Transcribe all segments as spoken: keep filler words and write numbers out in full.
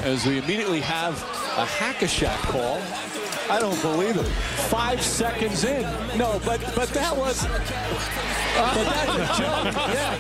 as we immediately have a hack-a-shack call. I don't believe it. Five seconds in. No, but but that was. Uh, but that's a joke. Yeah.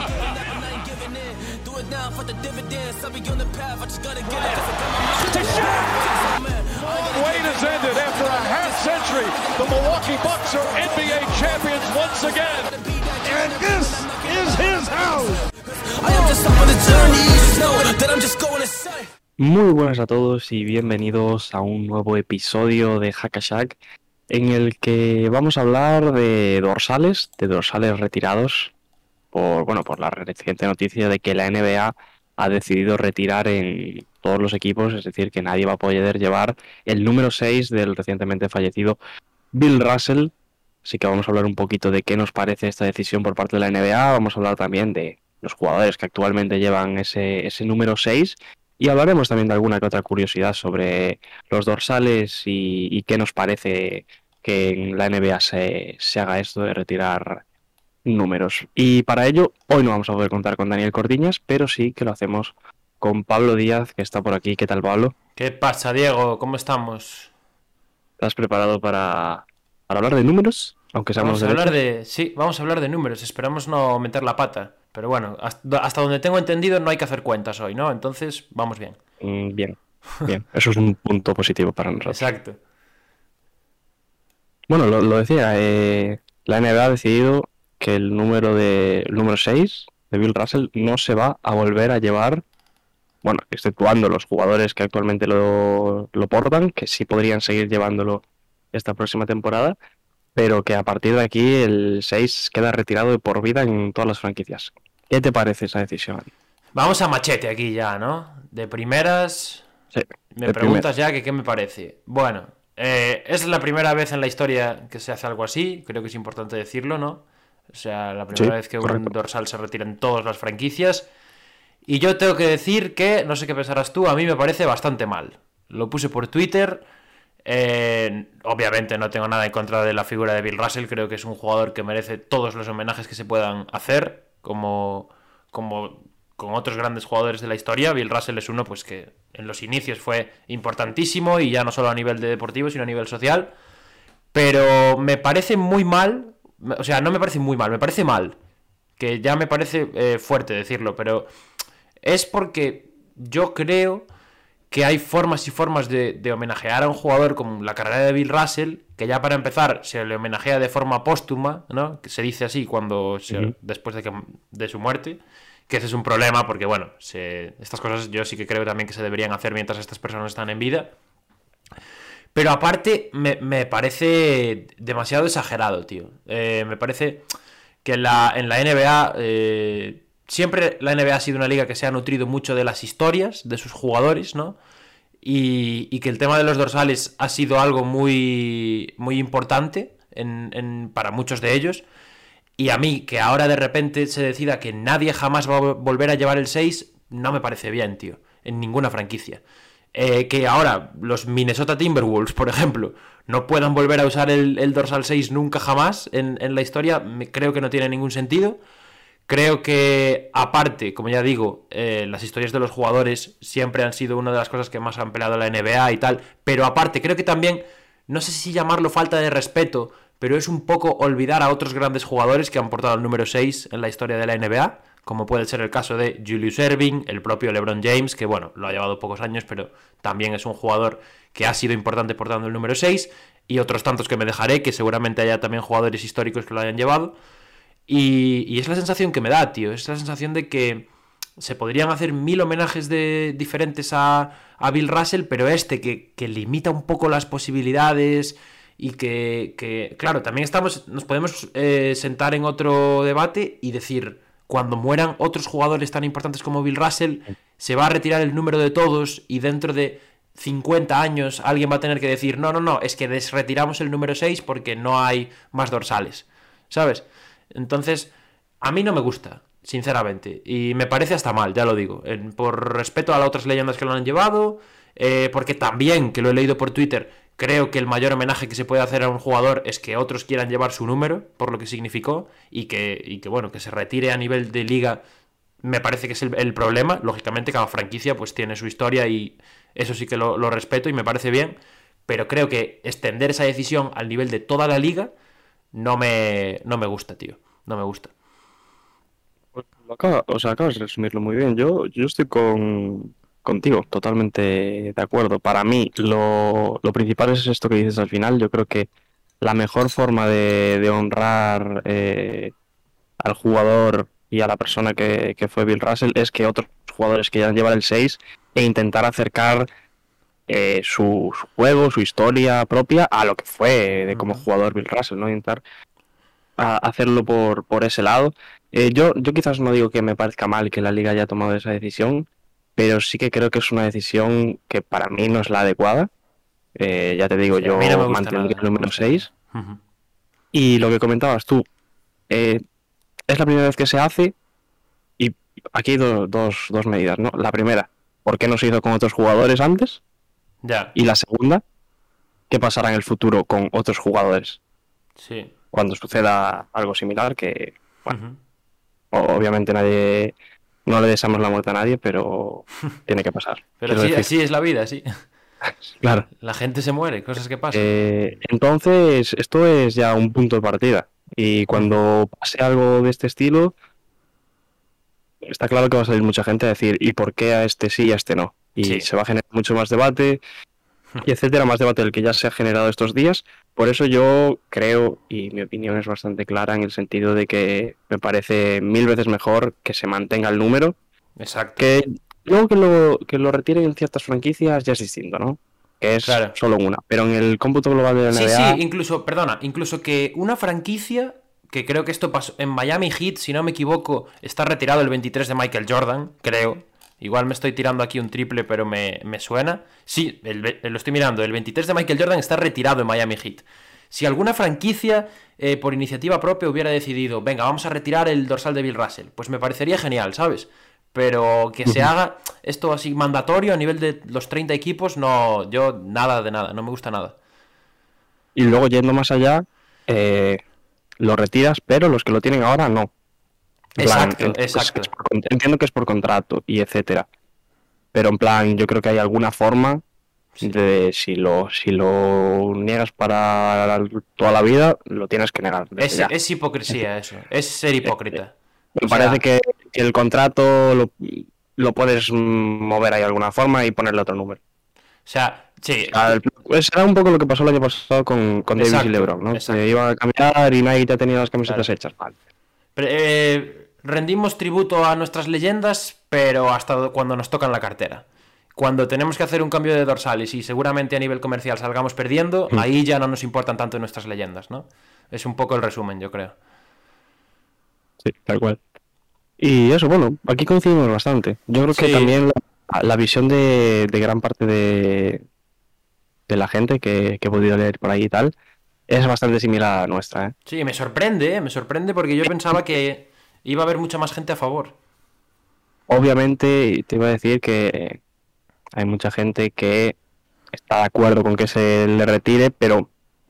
Wait has ended after a half century. The Milwaukee Bucks are N B A champions once again. And this is his house. I am just on the journey. You know that I'm just going to say. Muy buenas a todos y bienvenidos a un nuevo episodio de Hack-a-Shack en el que vamos a hablar de dorsales, de dorsales retirados por, bueno, por la reciente noticia de que la N B A ha decidido retirar en todos los equipos, es decir, que nadie va a poder llevar el número seis del recientemente fallecido Bill Russell. Así que vamos a hablar un poquito de qué nos parece esta decisión por parte de la N B A, vamos a hablar también de los jugadores que actualmente llevan ese, ese número seis. Y hablaremos también de alguna que otra curiosidad sobre los dorsales y, y qué nos parece que en la N B A se, se haga esto de retirar números. Y para ello, hoy no vamos a poder contar con Daniel Cordiñas, pero sí que lo hacemos con Pablo Díaz, que está por aquí. ¿Qué tal, Pablo? ¿Qué pasa, Diego? ¿Cómo estás? ¿Estás preparado para, para hablar de números? Aunque seamos vamos a hablar de Sí, vamos a hablar de números. Esperamos no meter la pata. Pero bueno, hasta, hasta donde tengo entendido no hay que hacer cuentas hoy, ¿no? Entonces, vamos bien. Mm, bien, bien. Eso es un punto positivo para nosotros. Exacto. Bueno, lo, lo decía, eh, la N B A ha decidido que el número de el número seis de Bill Russell no se va a volver a llevar, bueno, exceptuando los jugadores que actualmente lo, lo portan, que sí podrían seguir llevándolo esta próxima temporada, pero que a partir de aquí el seis queda retirado de por vida en todas las franquicias. ¿Qué te parece esa decisión? Vamos a machete aquí ya, ¿no? De primeras... Sí, me de preguntas primeras. ya que qué me parece. Bueno, eh, es la primera vez en la historia que se hace algo así, creo que es importante decirlo, ¿no? O sea, la primera Sí, vez que correcto. un dorsal se retira en todas las franquicias. Y yo tengo que decir que, no sé qué pensarás tú, a mí me parece bastante mal. Lo puse por Twitter. Eh, obviamente no tengo nada en contra de la figura de Bill Russell. Creo que es un jugador que merece todos los homenajes que se puedan hacer, como, como con otros grandes jugadores de la historia. Bill Russell es uno pues que en los inicios fue importantísimo, y ya no solo a nivel de deportivo, sino a nivel social. Pero me parece muy mal, o sea, no me parece muy mal, me parece mal, que ya me parece eh, fuerte decirlo, pero es porque yo creo que hay formas y formas de, de homenajear a un jugador como la carrera de Bill Russell, que ya para empezar se le homenajea de forma póstuma, ¿no? Que se dice así cuando se, Uh-huh. después de, que, de su muerte, que ese es un problema porque, bueno, se, estas cosas yo sí que creo también que se deberían hacer mientras estas personas están en vida. Pero aparte me, me parece demasiado exagerado, tío. Eh, me parece que en la, en la N B A... Eh, siempre la N B A ha sido una liga que se ha nutrido mucho de las historias de sus jugadores, ¿no? Y, y que el tema de los dorsales ha sido algo muy, muy importante en, en, para muchos de ellos. Y a mí, que ahora de repente se decida que nadie jamás va a volver a llevar el seis, no me parece bien, tío. En ninguna franquicia. Eh, que ahora los Minnesota Timberwolves, por ejemplo, no puedan volver a usar el, el dorsal seis nunca jamás en, en la historia, me, creo que no tiene ningún sentido. Creo que, aparte, como ya digo, eh, las historias de los jugadores siempre han sido una de las cosas que más han peleado la N B A y tal, pero aparte, creo que también, no sé si llamarlo falta de respeto, pero es un poco olvidar a otros grandes jugadores que han portado el número seis en la historia de la N B A, como puede ser el caso de Julius Erving, el propio LeBron James, que bueno, lo ha llevado pocos años, pero también es un jugador que ha sido importante portando el número seis, y otros tantos que me dejaré, que seguramente haya también jugadores históricos que lo hayan llevado. Y, y es la sensación que me da, tío. Es la sensación de que se podrían hacer mil homenajes de, diferentes a, a Bill Russell, pero este que, que limita un poco las posibilidades y que, que claro, también estamos, nos podemos eh, sentar en otro debate y decir, cuando mueran otros jugadores tan importantes como Bill Russell, se va a retirar el número de todos y dentro de cincuenta años alguien va a tener que decir, no, no, no, es que desretiramos el número seis porque no hay más dorsales, ¿sabes? Entonces, a mí no me gusta, sinceramente, y me parece hasta mal, ya lo digo, en, por respeto a las otras leyendas que lo han llevado, eh, porque también, que lo he leído por Twitter, creo que el mayor homenaje que se puede hacer a un jugador es que otros quieran llevar su número, por lo que significó, y que, y que bueno, que se retire a nivel de liga me parece que es el, el problema. Lógicamente, cada franquicia pues tiene su historia y eso sí que lo, lo respeto y me parece bien. Pero creo que extender esa decisión al nivel de toda la liga no me, no me gusta, tío. No me gusta. Lo acaba- o sea, acabas de resumirlo muy bien. Yo, yo estoy con, contigo, totalmente de acuerdo. Para mí, lo, lo principal es esto que dices al final. Yo creo que la mejor forma de, de honrar eh, al jugador y a la persona que, que fue Bill Russell es que otros jugadores quieran llevar el seis e intentar acercar eh, su, su juego, su historia propia a lo que fue de como Ujú. jugador Bill Russell, ¿no? Intentar a- hacerlo por, por ese lado. Eh, yo, yo quizás no digo que me parezca mal que la liga haya tomado esa decisión, pero sí que creo que es una decisión que para mí no es la adecuada. Eh, ya te digo, Sí, a yo mí no me gusta mantendría nada. el no me número gusta nada. seis. Ujú. Y lo que comentabas tú, eh, es la primera vez que se hace y aquí hay do- dos, dos medidas, ¿no? La primera, ¿por qué no se hizo con otros jugadores antes? Ya, Y la segunda, ¿qué pasará en el futuro con otros jugadores sí. cuando suceda algo similar? Que, bueno, Ujú. o- obviamente nadie, no le deseamos la muerte a nadie, pero tiene que pasar. Pero Quiero así, decir, así es la vida, sí. claro. La gente se muere, cosas que pasan. Eh, entonces, esto es ya un punto de partida. Y cuando pase algo de este estilo, está claro que va a salir mucha gente a decir, ¿y por qué a este sí y a este no? Y Sí. se va a generar mucho más debate, y etcétera, más debate del que ya se ha generado estos días. Por eso yo creo, y mi opinión es bastante clara en el sentido de que me parece mil veces mejor que se mantenga el número, Exacto. que luego que lo, que lo retiren en ciertas franquicias ya es distinto, ¿no? Que es Claro. solo una. Pero en el cómputo global de la Sí, N B A, sí, incluso, perdona, incluso que una franquicia, que creo que esto pasó en Miami Heat, si no me equivoco, está retirado el veintitrés de Michael Jordan, creo. Igual me estoy tirando aquí un triple, pero me, me suena. Sí, el ve- lo estoy mirando, el veintitrés de Michael Jordan está retirado en Miami Heat. Si alguna franquicia, eh, por iniciativa propia, hubiera decidido, venga, vamos a retirar el dorsal de Bill Russell, pues me parecería genial, ¿sabes? Pero que se haga esto así mandatorio a nivel de los treinta equipos, no, yo nada de nada, no me gusta nada. y luego yendo más allá, eh, lo retiras, pero los que lo tienen ahora no. En plan, Exacto, entiendo que es- exacto. es por con- entiendo que es por contrato y etcétera. Pero en plan, yo creo que hay alguna forma de si lo, si lo niegas para toda la vida, lo tienes que negar. desde Es, ya. es hipocresía eso, es ser hipócrita. Me O sea, parece que, que el contrato lo, lo puedes mm, mover ahí de alguna forma y ponerle otro número. O sea, sí, Ah, el- pues era un poco lo que pasó el año pasado con, con Davis Exacto, y LeBron, ¿no? exacto. Que iban a cambiar y Nike ya tenía las camisetas Claro. hechas. Vale. Pre- eh, rendimos tributo a nuestras leyendas, pero hasta cuando nos tocan la cartera. Cuando tenemos que hacer un cambio de dorsales y seguramente a nivel comercial salgamos perdiendo, Mm. ahí ya no nos importan tanto nuestras leyendas, ¿no? Es un poco el resumen, yo creo. Sí, tal cual. Y eso, bueno, aquí coincidimos bastante. Yo creo que Sí. también la, la visión de, de gran parte de, de la gente que, que he podido leer por ahí y tal es bastante similar a la nuestra, ¿eh? Sí, me sorprende, ¿eh? Me sorprende porque yo pensaba que iba a haber mucha más gente a favor. Obviamente, te iba a decir que hay mucha gente que está de acuerdo con que se le retire, pero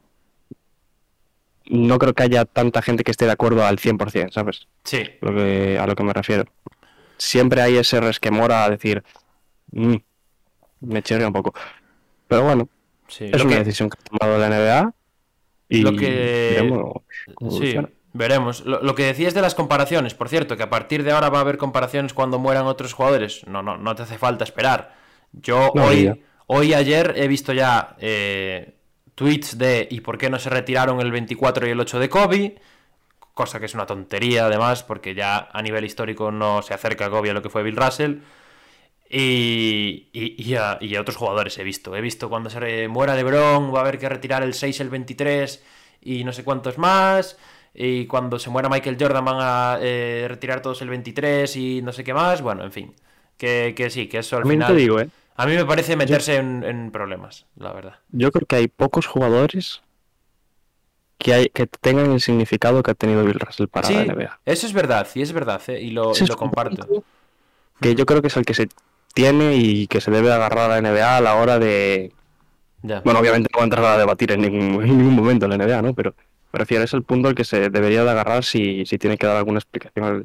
no creo que haya tanta gente que esté de acuerdo al cien por ciento, ¿sabes? Sí, Lo que, a lo que me refiero. Siempre hay ese resquemor a decir, "Mm, me chirría un poco". Pero bueno, sí. es Lo una que- decisión que ha tomado la N B A y Lo que- veremos cómo Sí, evoluciona. veremos. Lo, lo que decías de las comparaciones, por cierto, que a partir de ahora va a haber comparaciones cuando mueran otros jugadores. No, no, no te hace falta esperar. Yo No, hoy, ya. hoy ayer he visto ya eh, tweets de ¿y por qué no se retiraron el veinticuatro y el ocho de Kobe? Cosa que es una tontería además, porque ya a nivel histórico no se acerca a Kobe a lo que fue Bill Russell. Y, y, y a, y a otros jugadores he visto. He visto cuando se re- muera LeBron va a haber que retirar el seis, el veintitrés y no sé cuántos más. Y cuando se muera Michael Jordan van a eh, retirar todos el veintitrés y no sé qué más. Bueno, en fin. Que, que sí, que eso al También final... te digo, ¿eh? A mí me parece meterse en, en problemas, la verdad. Yo creo que hay pocos jugadores que, hay, que tengan el significado que ha tenido Bill Russell para Sí, la N B A. eso es verdad, y es verdad, ¿eh? y lo, Ese y lo es un comparto. punto que yo creo que es el que se tiene y que se debe agarrar a la N B A a la hora de... Ya. Bueno, obviamente no va a entrar a debatir en ningún, en ningún momento la N B A, ¿no? Pero me refiero, es el punto al que se debería de agarrar si, si tiene que dar alguna explicación al,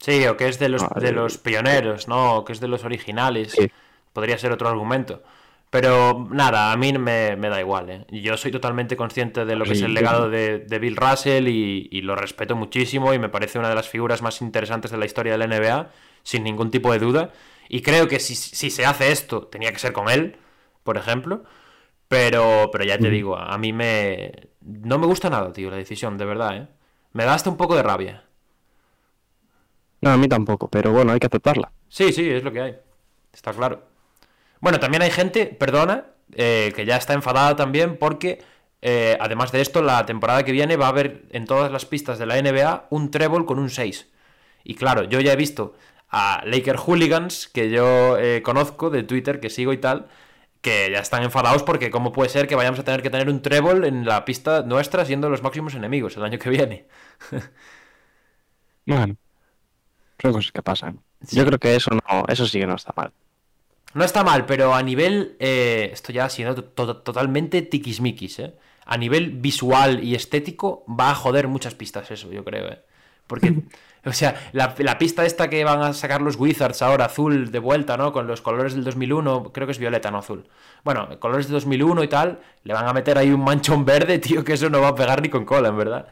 Sí, o que es de los, Ah, de eh, los pioneros, ¿no? O que es de los originales. Sí. Podría ser otro argumento. Pero nada, a mí me, me da igual, ¿eh? Yo soy totalmente consciente de lo que es Sí, el yo- legado de, de Bill Russell y, y lo respeto muchísimo y me parece una de las figuras más interesantes de la historia de la N B A, sin ningún tipo de duda. Y creo que si, si se hace esto, tenía que ser con él, por ejemplo. Pero, pero ya te Ujú. digo, a mí me... No me gusta nada, tío, la decisión, de verdad, ¿eh? Me da hasta un poco de rabia. No, a mí tampoco, pero bueno, hay que aceptarla. Sí, sí, es lo que hay. Está claro. Bueno, también hay gente, perdona, eh, que ya está enfadada también porque, eh, además de esto, la temporada que viene va a haber en todas las pistas de la N B A un trébol con un seis. Y claro, yo ya he visto a Laker Hooligans, que yo eh, conozco de Twitter, que sigo y tal, que ya están enfadados porque cómo puede ser que vayamos a tener que tener un trébol en la pista nuestra siendo los máximos enemigos el año que viene. Bueno, son cosas que pasan. Sí. Yo creo que eso no, eso sí que no está mal. No está mal, pero a nivel. Eh, esto ya ha sido to- to- totalmente tiquismiquis, ¿eh? A nivel visual y estético va a joder muchas pistas eso, yo creo, ¿eh? Porque, o sea, la, la pista esta que van a sacar los Wizards ahora, azul de vuelta, ¿no? Con los colores del dos mil uno, creo que es violeta, no azul. Bueno, colores de dos mil uno y tal, le van a meter ahí un manchón verde, tío, que eso no va a pegar ni con cola, en verdad.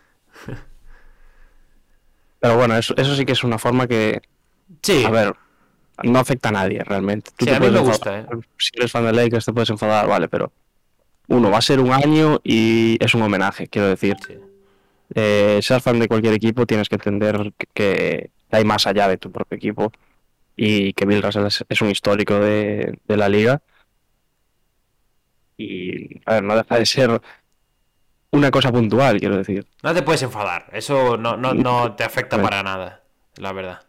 Pero bueno, eso, eso sí que es una forma que, Sí, a ver, no afecta a nadie realmente. Tú Sí, te a mí puedes me enfadar. gusta, Si eres fan de Lakers te puedes enfadar, vale, pero uno, va a ser un año y es un homenaje, quiero decir. sí. Eh, ser fan de cualquier equipo tienes que entender que, que hay más allá de tu propio equipo y que Bill Russell es, es un histórico de, de la liga. Y, a ver, no deja de ser una cosa puntual, quiero decir. No te puedes enfadar, eso no, no, no te afecta para nada, la verdad.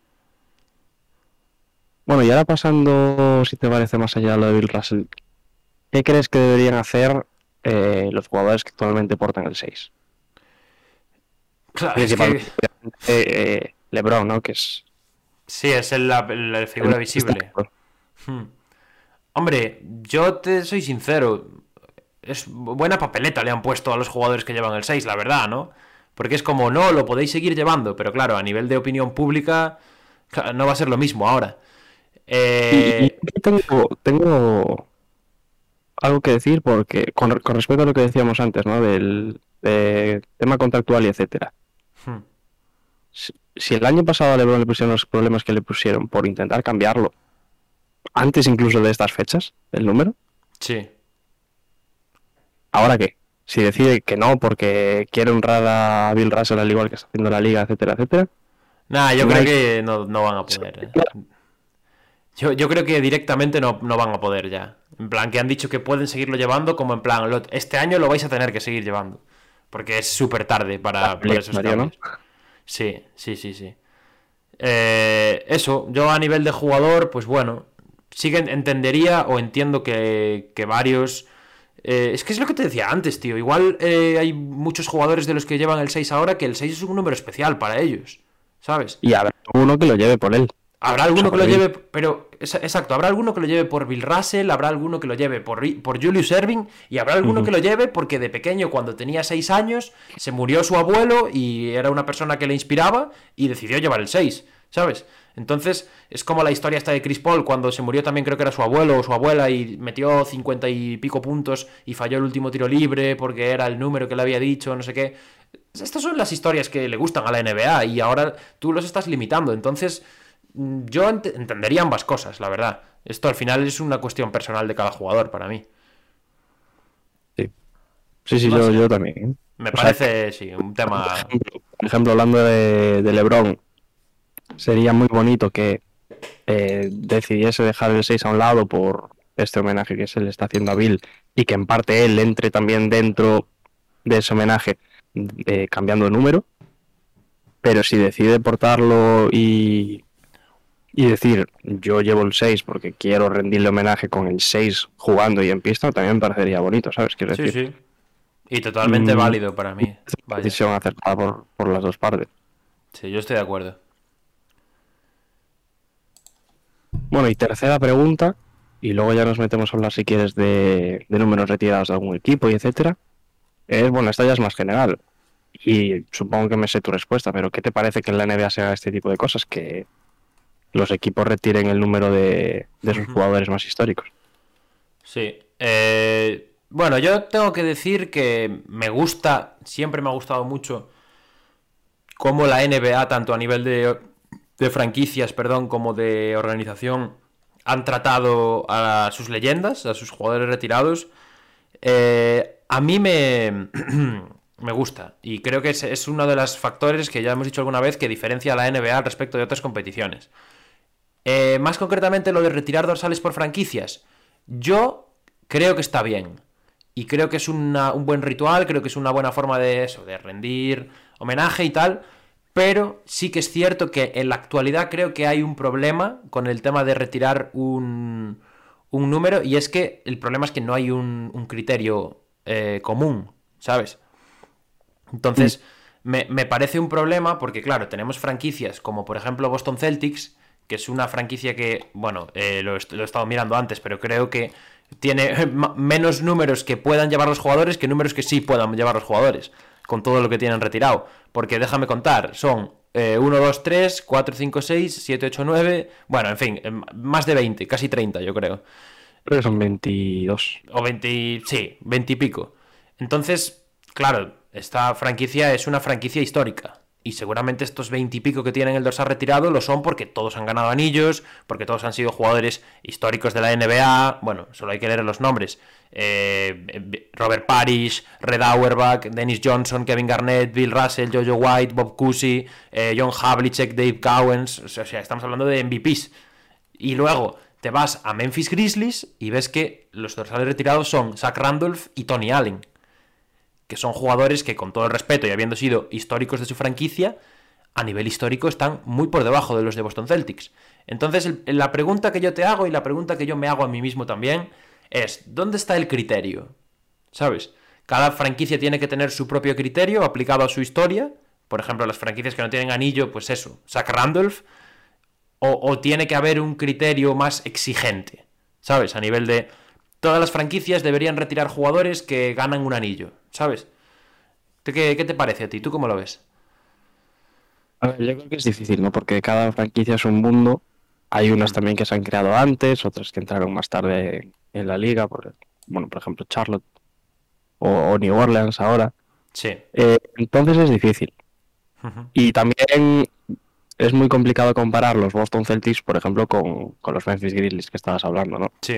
Bueno, y ahora pasando, si te parece más allá de lo de Bill Russell, ¿qué crees que deberían hacer eh, los jugadores que actualmente portan el seis? Claro, es que... Principalmente eh, LeBron, ¿no? Que es Sí, es el- la, la figura visible. Hmm. Hombre, yo te soy sincero. Es buena papeleta le han puesto a los jugadores que llevan el seis, la verdad, ¿no? Porque es como, no, lo podéis seguir llevando, pero claro, a nivel de opinión pública, claro, no va a ser lo mismo ahora. Y, y Eh, aquí tengo, tengo algo que decir porque con, con respecto a lo que decíamos antes, ¿no? Del de tema contractual y etcétera. hmm, Si, si el año pasado a LeBron le pusieron los problemas que le pusieron por intentar cambiarlo, antes incluso de estas fechas, el número, sí. ¿ahora qué? Si decide que no porque quiere honrar a Bill Russell al igual que está haciendo la liga, etcétera, etcétera. Nada, yo No creo hay- que no, no van a poder. eh. Yo, yo creo que directamente no, no van a poder ya. En plan, que han dicho que pueden seguirlo llevando, como en plan, lo- este año lo vais a tener que seguir llevando. Porque es súper tarde para, para esos Mario, ¿no? cambios. Sí, sí, sí, sí. Eh, eso, yo a nivel de jugador, pues bueno, sí que entendería o entiendo que, que varios... eh, es que es lo que te decía antes, tío. Igual eh, hay muchos jugadores de los que llevan el seis ahora que el seis es un número especial para ellos, ¿sabes? Y habrá uno que lo lleve por él. Habrá alguno O sea, que lo por lleve, pero es- exacto, habrá alguno que lo lleve por Bill Russell, habrá alguno que lo lleve por, Ri- por Julius Erving y habrá alguno Ujú. que lo lleve porque de pequeño, cuando tenía seis años, se murió su abuelo y era una persona que le inspiraba y decidió llevar el seis, ¿sabes? Entonces, es como la historia esta de Chris Paul, cuando se murió también creo que era su abuelo o su abuela y metió cincuenta y pico puntos y falló el último tiro libre porque era el número que le había dicho, no sé qué. Estas son las historias que le gustan a la N B A y ahora tú los estás limitando, entonces... Yo ent- entendería ambas cosas, la verdad. Esto al final es una cuestión personal de cada jugador para mí. Sí, sí, sí, No yo, sé. yo también. Me O sea, parece, sí, un tema... Por ejemplo, por ejemplo, hablando de, de LeBron, sería muy bonito que eh, decidiese dejar el seis a un lado por este homenaje que se le está haciendo a Bill y que en parte él entre también dentro de ese homenaje eh, cambiando de número. Pero si decide portarlo y, y decir yo llevo el seis porque quiero rendirle homenaje con el seis jugando y en pista, también me parecería bonito, ¿sabes? Quiero Sí, decir, sí. Y totalmente Mm. válido para mí. es una Vaya. decisión acertada por, por las dos partes. Sí, yo estoy de acuerdo. Bueno, y tercera pregunta, y luego ya nos metemos a hablar si quieres de, de números retirados de algún equipo y etcétera. Es, bueno, esta ya es más general. Y supongo que me sé tu respuesta, pero ¿qué te parece que en la N B A se haga este tipo de cosas? Que los equipos retiren el número de, de sus Ujú. jugadores más históricos. Sí. Eh, bueno, yo tengo que decir que me gusta, siempre me ha gustado mucho cómo la N B A, tanto a nivel de, de franquicias, perdón, como de organización, han tratado a sus leyendas, a sus jugadores retirados. Eh, a mí me, me gusta y creo que es, es uno de los factores que ya hemos dicho alguna vez que diferencia a la N B A al respecto de otras competiciones. Eh, más concretamente lo de retirar dorsales por franquicias. Yo creo que está bien. Y creo que es una, un buen ritual, creo que es una buena forma de eso, de rendir homenaje y tal. Pero sí que es cierto que en la actualidad creo que hay un problema con el tema de retirar un, un número. Y es que el problema es que no hay un, un criterio eh, común, ¿sabes? Entonces, me, me parece un problema porque, claro, tenemos franquicias como por ejemplo Boston Celtics, que es una franquicia que, bueno, eh, lo, est- lo he estado mirando antes, pero creo que tiene ma- menos números que puedan llevar los jugadores que números que sí puedan llevar los jugadores, con todo lo que tienen retirado. Porque déjame contar, son eh, uno, dos, tres, cuatro, cinco, seis, siete, ocho, nueve, bueno, en fin, em, más de veinte, casi treinta yo creo. Creo que son veintidós. O veinte, sí, veinte y pico. Entonces, claro, esta franquicia es una franquicia histórica. Y seguramente estos veinte y pico que tienen el dorsal retirado lo son porque todos han ganado anillos, porque todos han sido jugadores históricos de la N B A. Bueno, solo hay que leer los nombres. Eh, Robert Parrish, Red Auerbach, Dennis Johnson, Kevin Garnett, Bill Russell, Jojo White, Bob Cousy, eh, John Havlicek, Dave Cowens. O sea, estamos hablando de M V Ps. Y luego te vas a Memphis Grizzlies y ves que los dorsales retirados son Zach Randolph y Tony Allen, que son jugadores que, con todo el respeto y habiendo sido históricos de su franquicia, a nivel histórico están muy por debajo de los de Boston Celtics. Entonces, el- la pregunta que yo te hago y la pregunta que yo me hago a mí mismo también es, ¿dónde está el criterio? ¿Sabes? Cada franquicia tiene que tener su propio criterio aplicado a su historia. Por ejemplo, las franquicias que no tienen anillo, pues eso, Zach Randolph. O, o tiene que haber un criterio más exigente, ¿sabes? A nivel de... Todas las franquicias deberían retirar jugadores que ganan un anillo, ¿sabes? ¿Qué, qué te parece a ti? ¿Tú cómo lo ves? A ver, yo creo que es difícil, ¿no? Porque cada franquicia es un mundo. Hay unas también que se han creado antes, otras que entraron más tarde en la liga. Por, bueno, por ejemplo, Charlotte o, o New Orleans ahora. Sí. Eh, entonces es difícil. Ujú. Y también es muy complicado comparar los Boston Celtics, por ejemplo, con, con los Memphis Grizzlies que estabas hablando, ¿no? Sí.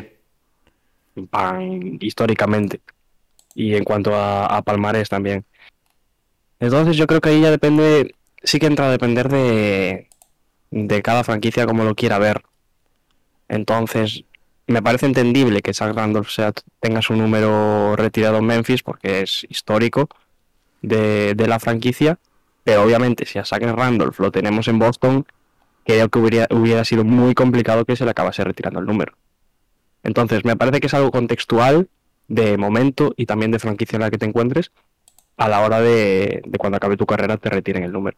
Pan- históricamente. Y en cuanto a, a palmarés también. Entonces yo creo que ahí ya depende, sí que entra a depender de, de cada franquicia como lo quiera ver. Entonces, me parece entendible que Zach Randolph sea, tenga su número retirado en Memphis porque es histórico de, de la franquicia, pero obviamente si a Zach Randolph lo tenemos en Boston, creo que hubiera, hubiera sido muy complicado que se le acabase retirando el número. Entonces, me parece que es algo contextual, de momento y también de franquicia en la que te encuentres, a la hora de, de cuando acabe tu carrera te retiren el número.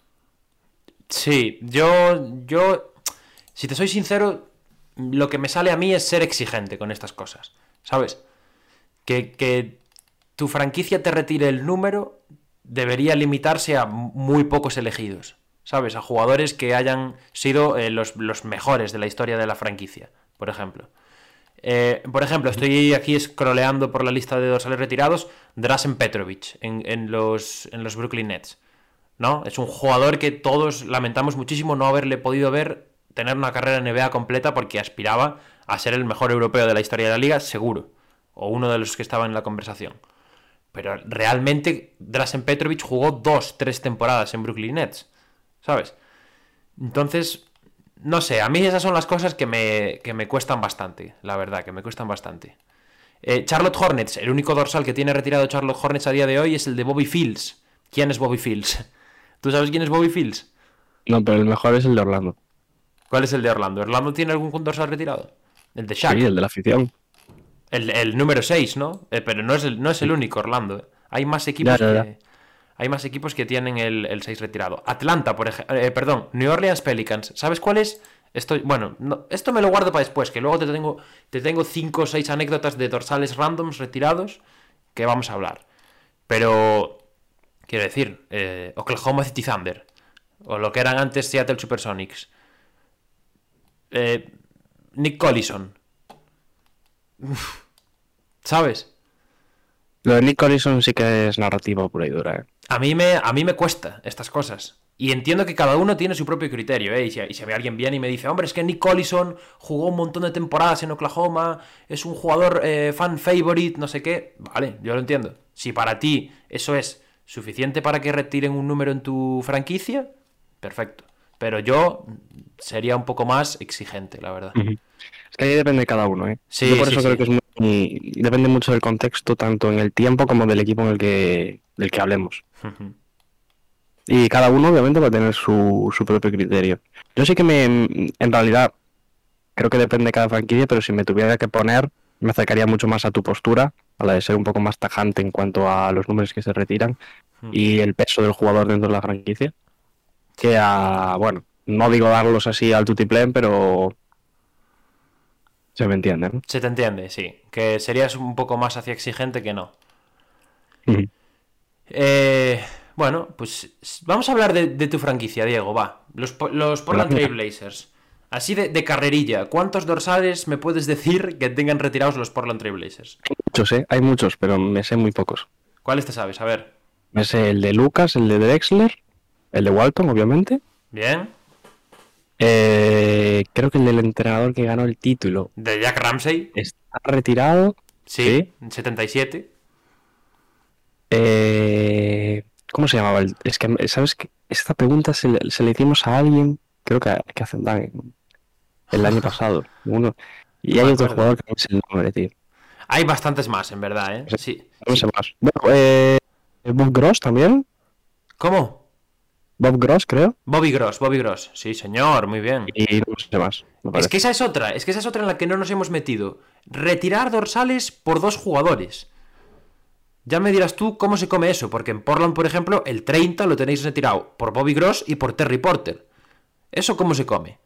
Sí, yo, yo, si te soy sincero, lo que me sale a mí es ser exigente con estas cosas, ¿sabes? Que, que tu franquicia te retire el número debería limitarse a muy pocos elegidos, ¿sabes? A jugadores que hayan sido eh, los, los mejores de la historia de la franquicia, por ejemplo. Eh, por ejemplo, estoy aquí scrolleando por la lista de dorsales retirados. Drazen Petrovic en, en, los, en los Brooklyn Nets, ¿no? Es un jugador que todos lamentamos muchísimo no haberle podido ver tener una carrera en N B A completa porque aspiraba a ser el mejor europeo de la historia de la liga, seguro. O uno de los que estaban en la conversación. Pero realmente Drazen Petrovic jugó dos, tres temporadas en Brooklyn Nets, ¿sabes? Entonces... No sé, a mí esas son las cosas que me, que me cuestan bastante, la verdad, que me cuestan bastante. Eh, Charlotte Hornets, el único dorsal que tiene retirado Charlotte Hornets a día de hoy es el de Bobby Fields. ¿Quién es Bobby Fields? ¿Tú sabes quién es Bobby Fields? No, pero el mejor es el de Orlando. ¿Cuál es el de Orlando? ¿Orlando tiene algún dorsal retirado? El de Shaq. Sí, el de la afición. El, el número seis, ¿no? Eh, pero no es el, no es el único, Orlando. ¿eh? Hay más equipos Ya, ya, ya. que... Hay más equipos que tienen el, el seis retirado. Atlanta, por ejemplo. Eh, perdón, New Orleans Pelicans. ¿Sabes cuál es? Esto, bueno, no, esto me lo guardo para después, que luego te tengo te tengo cinco o seis anécdotas de dorsales randoms retirados que vamos a hablar. Pero Quiero decir, eh, Oklahoma City Thunder, o lo que eran antes Seattle Supersonics. Eh, Nick Collison. ¿Sabes? Lo de Nick Collison sí que es narrativa pura y dura, ¿eh? A mí me, a mí me cuesta estas cosas. Y entiendo que cada uno tiene su propio criterio, ¿eh? Y si, y si alguien viene y me dice, hombre, es que Nick Collison jugó un montón de temporadas en Oklahoma, es un jugador eh, fan favorite, no sé qué. Vale, yo lo entiendo. Si para ti eso es suficiente para que retiren un número en tu franquicia, perfecto. Pero yo sería un poco más exigente, la verdad. Uh-huh. Es que ahí depende de cada uno, ¿eh? Sí, Yo por sí, eso sí. creo que es muy... Depende mucho del contexto, tanto en el tiempo como del equipo en el que, del que hablemos. Uh-huh. Y cada uno obviamente va a tener su, su propio criterio. Yo sí que me... En realidad, creo que depende de cada franquicia, pero si me tuviera que poner, me acercaría mucho más a tu postura, a la de ser un poco más tajante en cuanto a los números que se retiran uh-huh. y el peso del jugador dentro de la franquicia, que a... Bueno, no digo darlos así al tutiplén, pero... Se me entiende, ¿no? Se te entiende, sí. Que serías un poco más hacia exigente que no. Uh-huh. Eh, bueno, pues vamos a hablar de, de tu franquicia, Diego, va. Los, los Portland Trail Blazers. Así de, de carrerilla, ¿cuántos dorsales me puedes decir que tengan retirados los Portland Trail Blazers? Muchos, ¿eh? Hay muchos, pero me sé muy pocos. ¿Cuáles te sabes? A ver. Me sé el de Lucas, el de Drexler, el de Walton, obviamente. Bien. Eh, creo que el del entrenador que ganó el título. De Jack Ramsey. Está retirado. Sí, sí. En setenta y siete. Eh, ¿Cómo se llamaba? Es que, ¿sabes qué? Esta pregunta se le, se le hicimos a alguien, creo que, que hace el año pasado. Uno. Y No hay me otro acuerdo. jugador que no sé el nombre, tío. Hay bastantes más, en verdad, ¿eh? Sí. No sí. sé más. Bueno, eh, Bob Gross también. ¿Cómo? Bob Gross, creo. Bobby Gross, Bobby Gross. Sí, señor, muy bien. Y no sé más. Es que esa es otra, es que esa es otra en la que no nos hemos metido. Retirar dorsales por dos jugadores. Ya me dirás tú cómo se come eso, porque en Portland, por ejemplo, el treinta lo tenéis retirado por Bobby Gross y por Terry Porter. ¿Eso cómo se come?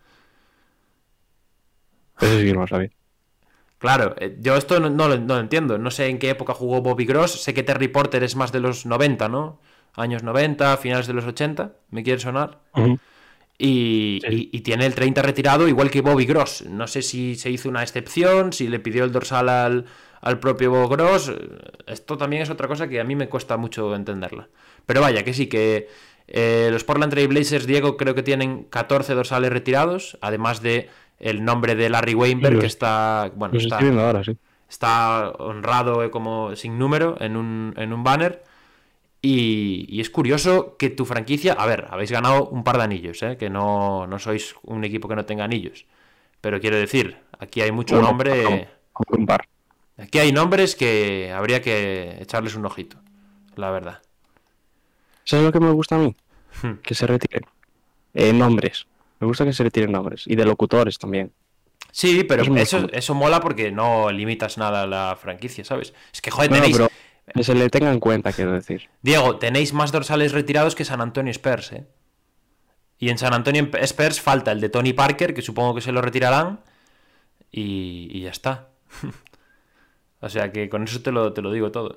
Eso sí que no lo sabía. Claro, eh, yo esto no, no, lo, no lo entiendo. No sé en qué época jugó Bobby Gross. Sé que Terry Porter es más de los noventa, ¿no? Años noventa, finales de los ochenta, me quiere sonar. Uh-huh. Y, sí. y, y tiene el treinta retirado igual que Bobby Gross. No sé si se hizo una excepción, si le pidió el dorsal al, al propio Bobby Gross. Esto también es otra cosa que a mí me cuesta mucho entenderla. Pero vaya, que sí, que eh, los Portland Trail Blazers, Diego, creo que tienen catorce dorsales retirados, además de el nombre de Larry Weinberg, los, que está, bueno, está, ahora, sí. está honrado como sin número en un, en un banner. Y, y es curioso que tu franquicia, a ver, habéis ganado un par de anillos, ¿eh? Que no, no sois un equipo que no tenga anillos. Pero quiero decir, aquí hay mucho bueno, nombre. Un par. Aquí hay nombres que habría que echarles un ojito, la verdad. ¿Sabes lo que me gusta a mí? Hmm. Que se retiren eh, nombres. Me gusta que se retiren nombres. Y de locutores también. Sí, pero eso, eso, eso mola porque no limitas nada a la franquicia, ¿sabes? Es que, joder, no, tenéis... No, pero que se le tenga en cuenta, quiero decir. Diego, tenéis más dorsales retirados que San Antonio Spurs, ¿eh? Y en San Antonio Spurs falta el de Tony Parker, que supongo que se lo retirarán. Y, y ya está. O sea que con eso te lo, te lo digo todo.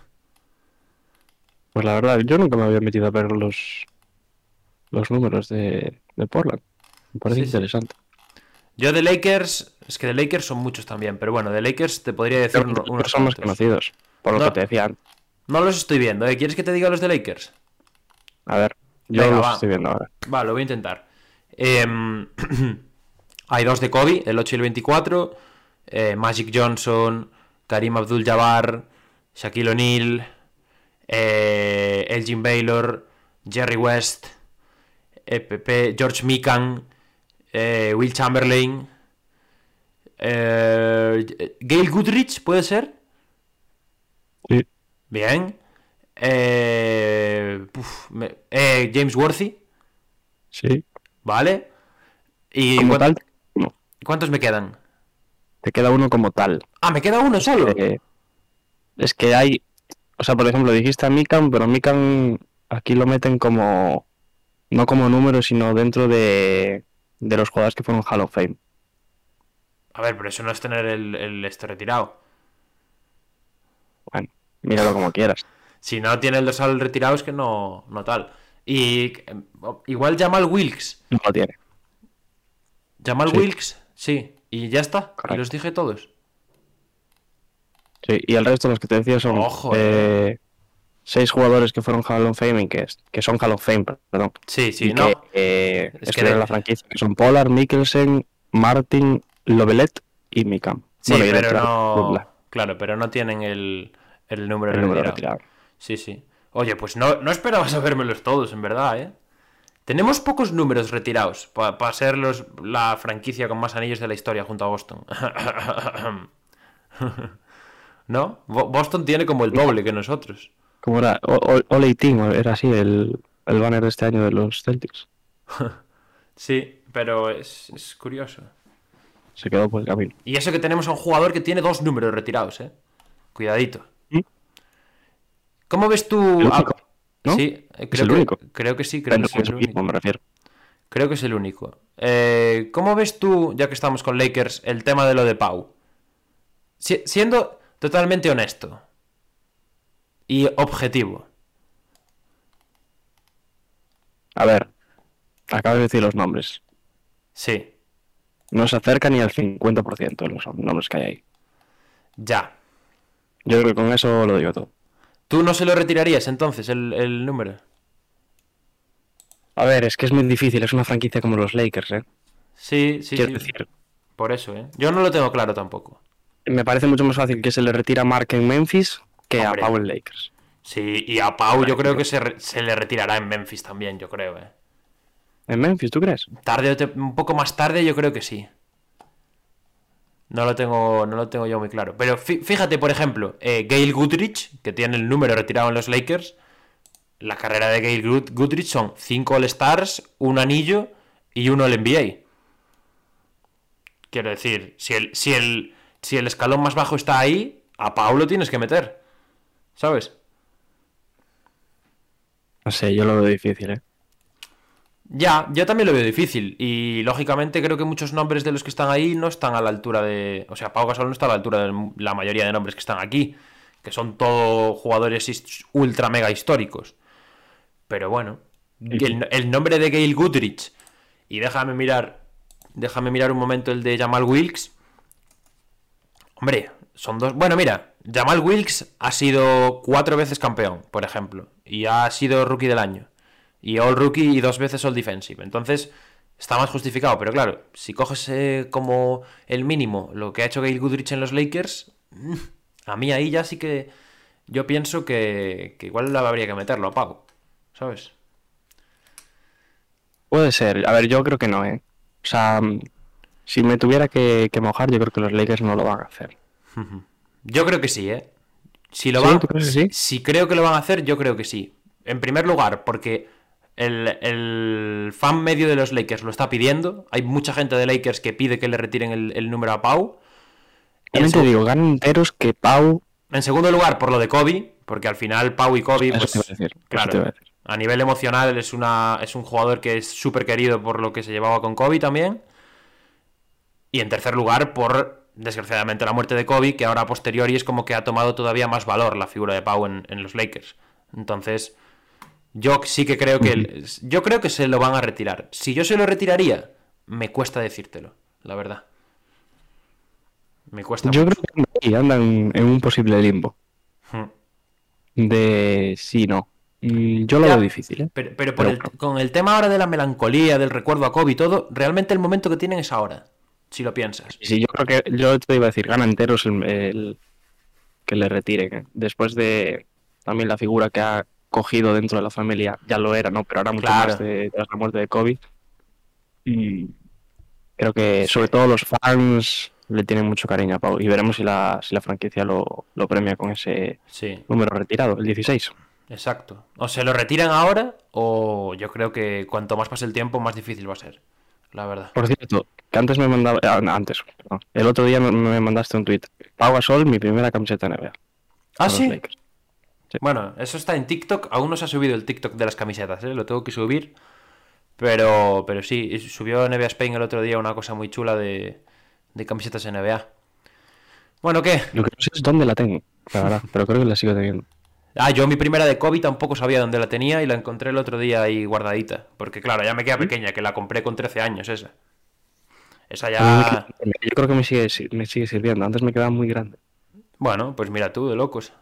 Pues la verdad, yo nunca me había metido a ver los, los números de, de Portland. Me parece sí, interesante. Sí. Yo de Lakers, es que de Lakers son muchos también, pero bueno, de Lakers te podría decir unos, unos son más conocidos, por lo no, que te decía antes. No los estoy viendo, ¿eh? ¿Quieres que te diga los de Lakers? A ver, yo Venga, los va. estoy viendo ahora. Va, lo voy a intentar. Eh, hay dos de Kobe, el ocho y el veinticuatro, eh, Magic Johnson, Karim Abdul-Jabbar, Shaquille O'Neal, eh, Elgin Baylor, Jerry West, eh, Pepe, George Mikan, eh, Will Chamberlain, eh, Gail Goodrich, ¿puede ser? Sí. Bien. Eh, uf, me, eh, James Worthy. Sí. Vale. ¿Y como cuánto, tal? No. ¿Cuántos me quedan? Te queda uno como tal. Ah, ¿me queda uno solo? Eh, es que hay... O sea, por ejemplo, dijiste a Mikan, pero Mikan aquí lo meten como... No como número, sino dentro de, de los jugadores que fueron Hall of Fame. A ver, pero eso no es tener el, el este retirado. Bueno, míralo como quieras. Si no tiene el dorsal retirado es que no, no tal. Y eh, igual Jamal Wilkes. No lo tiene. Jamal Sí. Wilkes, sí. Y ya está. Correcto. Y los dije todos. Sí, y el resto, los que te decía, son Ojo, eh, seis jugadores que fueron Hall of Fame, y que, es- que son Hall of Fame, perdón. Sí, sí, y no. que eh, Es que estuvieron en de- la franquicia, que son Pollard, Mikkelsen, Martin, Lovelet y Mikam. Sí, Bueno, y pero dentro, no. Butler, Claro, pero no tienen el, el número el número retirado. retirado. Sí, sí. Oye, pues no, no esperaba sabérmelos todos, en verdad, ¿eh? Tenemos pocos números retirados para ser los, la franquicia con más anillos de la historia junto a Boston. ¿No? Bo- Boston tiene como el doble que nosotros. ¿Cómo era? O- o- All eighteen, era así el, el banner de este año de los Celtics. Sí, pero es, es curioso. Se quedó por el camino. Y eso que tenemos a un jugador que tiene dos números retirados, ¿eh? Cuidadito. ¿Mm? ¿Cómo ves tú? El a- único, ¿no? Sí, eh, ¿Es creo el que, único? creo que sí, creo Dentro que sí, de su el equipo, único. me refiero. Creo que es el único. Eh, ¿Cómo ves tú, ya que estamos con Lakers, el tema de lo de Pau? Si- siendo totalmente honesto y objetivo. A ver, acabo de decir los nombres. Sí, No se acerca ni al cincuenta por ciento de los nombres que hay ahí. ya. Yo creo que con eso lo digo todo. ¿Tú no se lo retirarías entonces el, el número? A ver, es que es muy difícil, es una franquicia como los Lakers, ¿eh? Sí, sí, Quiero sí. decir, Por eso, ¿eh? Yo no lo tengo claro tampoco. me parece mucho más fácil que se le retira a Mark en Memphis que Hombre. a Pau en Lakers. Sí, y a Pau yo creo que se, re- se le retirará en Memphis también, yo creo, ¿eh? ¿En Memphis, tú crees? Tarde o te- un poco más tarde yo creo que sí. No lo tengo, no lo tengo yo muy claro. Pero fí- fíjate, por ejemplo, eh, Gail Goodrich, que tiene el número retirado en los Lakers. La carrera de Gail Good- Goodrich son cinco All-Stars, un anillo y uno All N B A. Quiero decir, si el, si el, si el escalón más bajo está ahí, a Pau lo tienes que meter. ¿Sabes? No sé, yo lo veo difícil, ¿eh? Ya, yo también lo veo difícil. Y lógicamente creo que muchos nombres de los que están ahí no están a la altura de. O sea, Pau Gasol no está a la altura de la mayoría de nombres que están aquí. Que son todos jugadores his- ultra mega históricos. Pero bueno. El, el nombre de Gail Goodrich. Y déjame mirar. Déjame mirar un momento el de Jamal Wilkes. Hombre, son dos. Bueno, mira, Jamal Wilkes ha sido cuatro veces campeón, por ejemplo. Y ha sido rookie del año. Y All Rookie y dos veces All Defensive. Entonces, está más justificado. Pero claro, si coges eh, como el mínimo lo que ha hecho Gail Goodrich en los Lakers, mm, a mí ahí ya sí que yo pienso que, que igual habría que meterlo a Pau. ¿Sabes? Puede ser. A ver, yo creo que no, ¿eh? O sea, mm, si me tuviera que, que mojar, yo creo que los Lakers no lo van a hacer. Yo creo que sí, ¿eh? Si lo ¿Sí? van, ¿Tú crees que sí? Si creo que lo van a hacer, yo creo que sí. En primer lugar, porque el, el fan medio de los Lakers lo está pidiendo. Hay mucha gente de Lakers que pide que le retiren el, el número a Pau. Y en, También te seg- digo, ganan enteros que Pau... en segundo lugar, por lo de Kobe, porque al final Pau y Kobe, Eso pues, te iba a decir, eso claro, te iba a decir. a nivel emocional es, una, es un jugador que es súper querido por lo que se llevaba con Kobe también. Y en tercer lugar, por, desgraciadamente, la muerte de Kobe, que ahora a posteriori es como que ha tomado todavía más valor la figura de Pau en, en los Lakers. Entonces, yo sí que creo que... el- yo creo que se lo van a retirar. Si yo se lo retiraría, me cuesta decírtelo, la verdad. Me cuesta Yo mucho. creo que andan en un posible limbo. Hmm. De sí, no. Mm, Yo lo Ya, veo difícil, ¿eh? Pero, pero por Pero- el- con el tema ahora de la melancolía, del recuerdo a Kobe y todo, realmente el momento que tienen es ahora, si lo piensas. Y sí, yo creo que yo te iba a decir, gana enteros el, el- que le retiren. ¿eh? Después de también la figura que ha cogido dentro de la familia, ya lo era, ¿no? Pero ahora mucho Claro. más de, tras la muerte de Kobe. Y creo que sobre todo los fans le tienen mucho cariño a Pau. Y veremos si la, si la franquicia lo, lo premia con ese Sí, número retirado, el dieciséis. exacto. O se lo retiran ahora, o yo creo que cuanto más pase el tiempo, más difícil va a ser, la verdad. Por cierto, que antes me mandaba... ah, no, antes, perdón. El otro día me, me mandaste un tweet. Pau Gasol, mi primera camiseta N B A. Ah, con los sí. Lakers. Bueno, eso está en TikTok. Aún no se ha subido el TikTok de las camisetas, ¿eh? Lo tengo que subir. Pero, pero sí, subió N B A Spain el otro día una cosa muy chula de, de camisetas N B A. Bueno, ¿qué? Lo que no sé es dónde la tengo, la verdad, pero creo que la sigo teniendo. Ah, yo mi primera de Kobe tampoco sabía dónde la tenía y la encontré el otro día ahí guardadita. Porque claro, ya me queda pequeña, que la compré con trece años esa. Esa A mí ya... me- yo creo que me sigue, si- me sigue sirviendo. Antes me quedaba muy grande. Bueno, pues mira tú, de locos.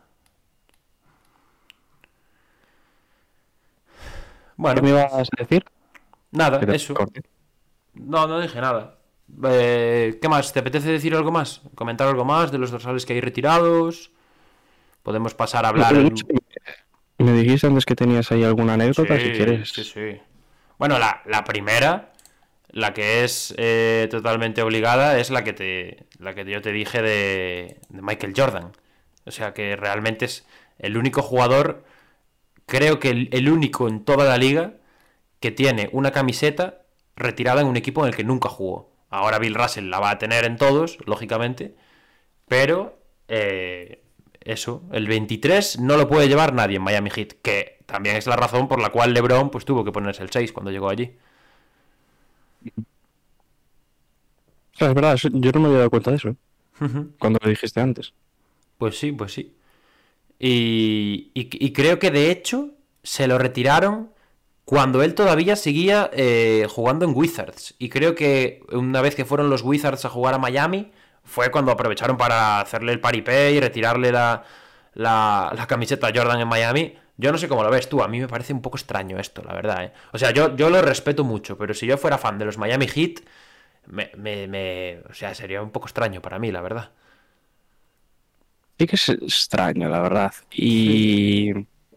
¿Qué me Bueno, ibas a decir? nada, Que te eso. corté. No, no dije nada. Eh, ¿qué más? ¿Te apetece decir algo más? ¿Comentar algo más de los dorsales que hay retirados? Podemos pasar a No, hablar... no sé, Me dijiste antes que tenías ahí alguna anécdota, si Sí, quieres. sí, sí. Bueno, la, la primera, la que es eh, totalmente obligada, es la que te, la que yo te dije de, de Michael Jordan. O sea que realmente es el único jugador, creo que el, el único en toda la liga que tiene una camiseta retirada en un equipo en el que nunca jugó. Ahora Bill Russell la va a tener en todos, lógicamente, pero eh, eso, el veintitrés no lo puede llevar nadie en Miami Heat, que también es la razón por la cual LeBron pues tuvo que ponerse el seis cuando llegó allí. O sea, es verdad, eso- yo no me había dado cuenta de eso, ¿eh? Cuando lo dijiste antes. Pues sí, pues sí. Y, y- y creo que de hecho se lo retiraron cuando él todavía seguía eh, jugando en Wizards. Y creo que una vez que fueron los Wizards a jugar a Miami, fue cuando aprovecharon para hacerle el paripé y retirarle la, la, la camiseta Jordan en Miami. Yo no sé cómo lo ves tú, a mí me parece un poco extraño esto, la verdad, ¿eh? O sea, yo, yo lo respeto mucho, pero si yo fuera fan de los Miami Heat, me, me, me- o sea, sería un poco extraño para mí, la verdad. Sí que es extraño, la verdad. Y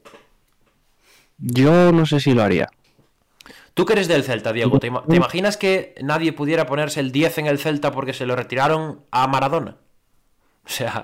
yo no sé si lo haría. Tú que eres del Celta, Diego, ¿te, ima- te imaginas que nadie pudiera ponerse el diez en el Celta porque se lo retiraron a Maradona? O sea,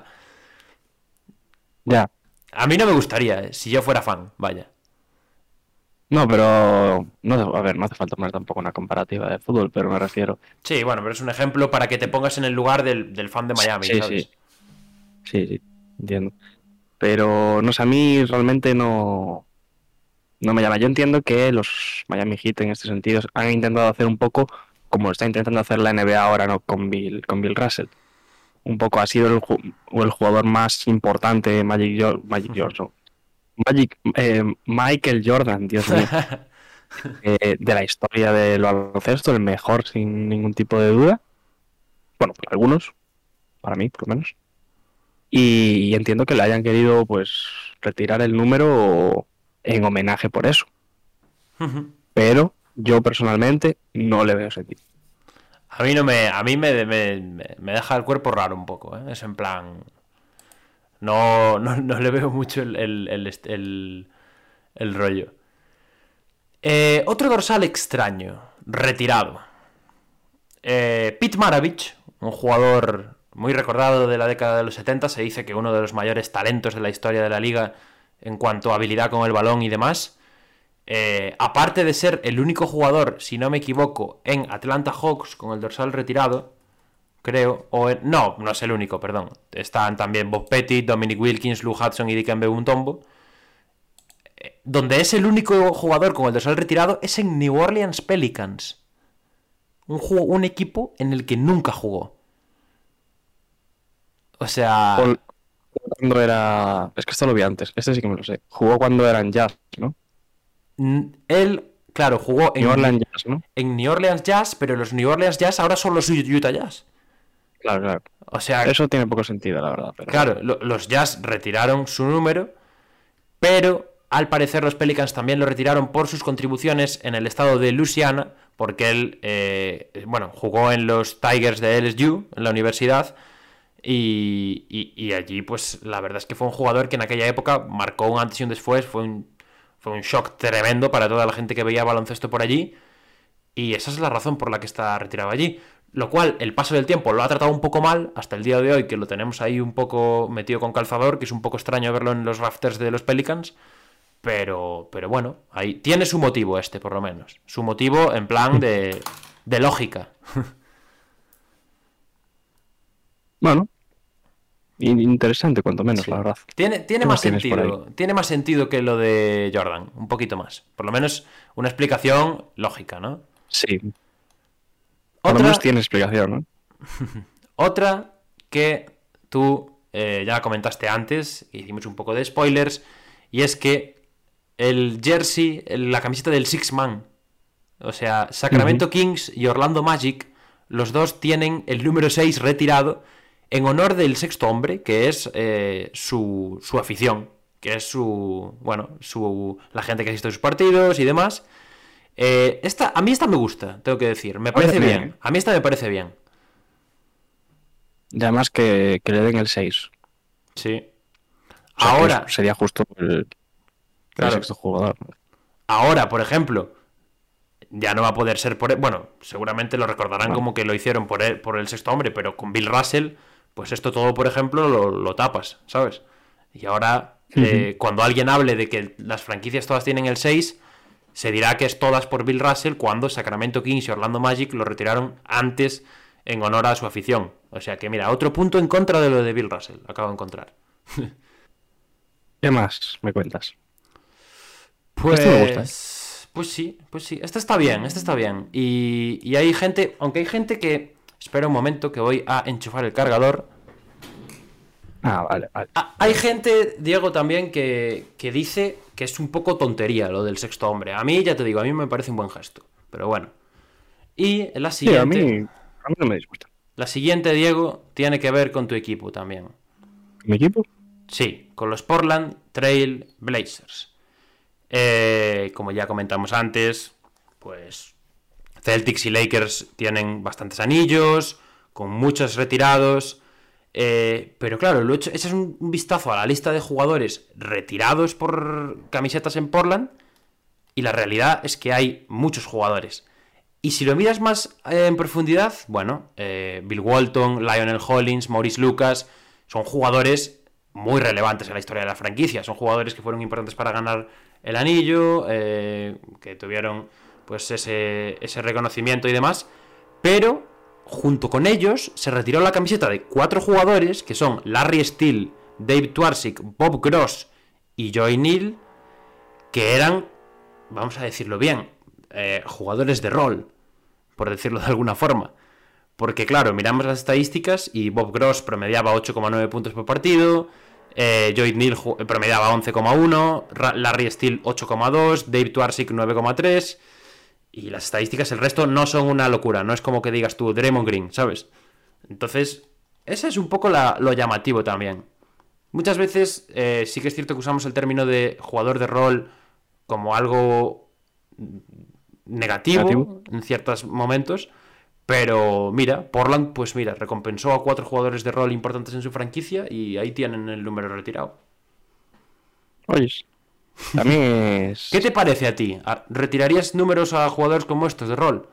Ya. a mí no me gustaría, eh, si yo fuera fan, vaya. No, pero no, a ver, no hace falta poner tampoco una comparativa de fútbol, pero me refiero. Sí, bueno, pero es un ejemplo para que te pongas en el lugar del, del fan de Miami, Sí, ¿sabes? sí. Sí, sí, entiendo. Pero no sé, a mí realmente no, no me llama. Yo entiendo que los Miami Heat en este sentido han intentado hacer un poco como lo está intentando hacer la N B A ahora, ¿no? Con Bill, con Bill Russell. Un poco ha sido el, ju- el jugador más importante, Magic, Jo- Magic Johnson. Magic, eh, Michael Jordan, Dios mío, eh, de la historia del baloncesto, el mejor sin ningún tipo de duda. Bueno, para algunos, para mí por lo menos. Y, y entiendo que le hayan querido pues retirar el número en homenaje por eso. Pero yo personalmente no le veo sentido. A mí no me. A mí me, me, me- me deja el cuerpo raro un poco, ¿eh? Es en plan. No, no, no le veo mucho el, el, el, est- el- el rollo. Eh, otro dorsal extraño, retirado. Eh, Pete Maravich, un jugador muy recordado de la década de los setenta, se dice que uno de los mayores talentos de la historia de la liga en cuanto a habilidad con el balón y demás. Eh, aparte de ser el único jugador, si no me equivoco, en Atlanta Hawks con el dorsal retirado, creo, o en- no, no es el único, perdón. Están también Bob Pettit, Dominic Wilkins, Lou Hudson y Dikembe Mutombo. Eh, Donde es el único jugador con el dorsal retirado es en New Orleans Pelicans. Un, ju- un equipo en el que nunca jugó. O sea, Paul- Cuando era. Es que esto lo vi antes, este sí que me lo sé. Jugó cuando eran Jazz, ¿no? n- él, claro, jugó en New Orleans Jazz, ¿no? en New Orleans Jazz, pero los New Orleans Jazz ahora son los Utah Jazz. Claro, claro. O sea, Eso tiene poco sentido, la verdad. Pero... claro, lo- los Jazz retiraron su número, pero al parecer los Pelicans también lo retiraron por sus contribuciones en el estado de Louisiana, porque él, eh, bueno, jugó en los Tigers de L S U, en la universidad, y, y- y allí, pues, la verdad es que fue un jugador que en aquella época marcó un antes y un después, fue un, fue un shock tremendo para toda la gente que veía baloncesto por allí, y esa es la razón por la que está retirado allí. Lo cual, el paso del tiempo lo ha tratado un poco mal hasta el día de hoy, que lo tenemos ahí un poco metido con calzador, que es un poco extraño verlo en los rafters de los Pelicans. Pero, pero bueno, ahí tiene su motivo este, por lo menos. Su motivo en plan de, de lógica. Bueno, in- interesante, cuanto menos, Sí. la verdad. Tiene, tiene ¿Qué más más tienes por sentido. Tiene más sentido que lo de Jordan, un poquito más. Por lo menos una explicación lógica, ¿no? Sí. Por lo Otra, menos tiene explicación, ¿no? otra que tú eh, ya comentaste antes, hicimos un poco de spoilers, Y es que el jersey, la camiseta del Six Man, o sea, Sacramento uh-huh. Kings y Orlando Magic, los dos tienen el número seis retirado en honor del sexto hombre, que es eh, su, su afición, que es su, bueno, su la gente que asiste a sus partidos y demás. Eh, esta, a mí esta me gusta, tengo que decir, me parece bien. bien. A mí esta me parece bien. Y además que, que le den el seis. Sí. O sea, ahora sería justo el, el claro. sexto jugador. Ahora, por ejemplo, ya no va a poder ser por él. Bueno, seguramente lo recordarán bueno. como que lo hicieron por él, por el sexto hombre, pero con Bill Russell, pues esto todo, por ejemplo, lo, lo tapas, ¿sabes? Y ahora, uh-huh. eh, cuando alguien hable de que las franquicias todas tienen el seis, se dirá que es todas por Bill Russell, cuando Sacramento Kings y Orlando Magic lo retiraron antes en honor a su afición. O sea que, mira, otro punto en contra de lo de Bill Russell, acabo de encontrar. ¿Qué más me cuentas? Pues, este me gusta, ¿eh? pues sí, pues sí. Este está bien, este está bien. Y, y hay gente, aunque hay gente que... Espera un momento que voy a enchufar el cargador. Ah, vale, vale. Ah, hay gente, Diego, también que, que dice que es un poco tontería lo del sexto hombre. A mí, ya te digo, a mí me parece un buen gesto. Pero bueno. Y la siguiente... Sí, a mí, a mí no me disgusta. La siguiente, Diego, tiene que ver con tu equipo también. ¿Mi equipo? Sí, con los Portland Trail Blazers. Eh, como ya comentamos antes, pues Celtics y Lakers tienen bastantes anillos, con muchos retirados. Eh, pero claro, lo hecho, ese es un vistazo a la lista de jugadores retirados por camisetas en Portland, y la realidad es que hay muchos jugadores. Y si lo miras más eh, en profundidad, bueno, eh, Bill Walton, Lionel Hollins, Maurice Lucas, son jugadores muy relevantes en la historia de la franquicia. Son jugadores que fueron importantes para ganar el anillo, eh, que tuvieron pues ese, ese reconocimiento y demás. Pero junto con ellos se retiró la camiseta de cuatro jugadores, que son Larry Steele, Dave Twarsik, Bob Gross y Joey Neal, que eran, vamos a decirlo bien, eh, jugadores de rol, por decirlo de alguna forma. Porque claro, miramos las estadísticas y Bob Gross promediaba ocho coma nueve puntos por partido, eh, Joey Neal promediaba once coma uno, Larry Steele ocho coma dos, Dave Twarsik nueve coma tres, y las estadísticas, el resto no son una locura, no es como que digas tú Draymond Green, ¿sabes? Entonces, ese es un poco la, lo llamativo también. Muchas veces eh, sí que es cierto que usamos el término de jugador de rol como algo negativo, negativo. en ciertos momentos. Pero mira, Portland, pues mira, recompensó a cuatro jugadores de rol importantes en su franquicia y ahí tienen el número retirado. Oye, también es... ¿Qué te parece a ti? ¿Retirarías números a jugadores como estos de rol?